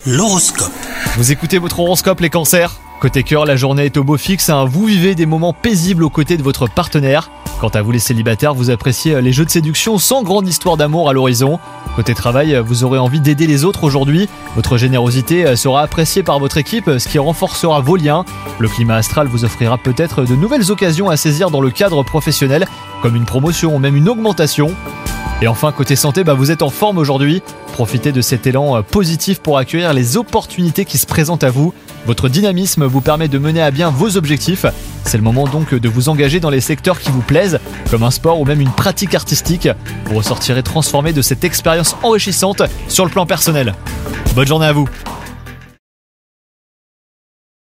L'horoscope. Vous écoutez votre horoscope les cancers ? Côté cœur, la journée est au beau fixe, vous vivez des moments paisibles aux côtés de votre partenaire. Quant à vous les célibataires, vous appréciez les jeux de séduction sans grande histoire d'amour à l'horizon. Côté travail, vous aurez envie d'aider les autres aujourd'hui. Votre générosité sera appréciée par votre équipe, ce qui renforcera vos liens. Le climat astral vous offrira peut-être de nouvelles occasions à saisir dans le cadre professionnel, comme une promotion ou même une augmentation. Et enfin, côté santé, vous êtes en forme aujourd'hui. Profitez de cet élan positif pour accueillir les opportunités qui se présentent à vous. Votre dynamisme vous permet de mener à bien vos objectifs. C'est le moment donc de vous engager dans les secteurs qui vous plaisent, comme un sport ou même une pratique artistique. Vous ressortirez transformé de cette expérience enrichissante sur le plan personnel. Bonne journée à vous!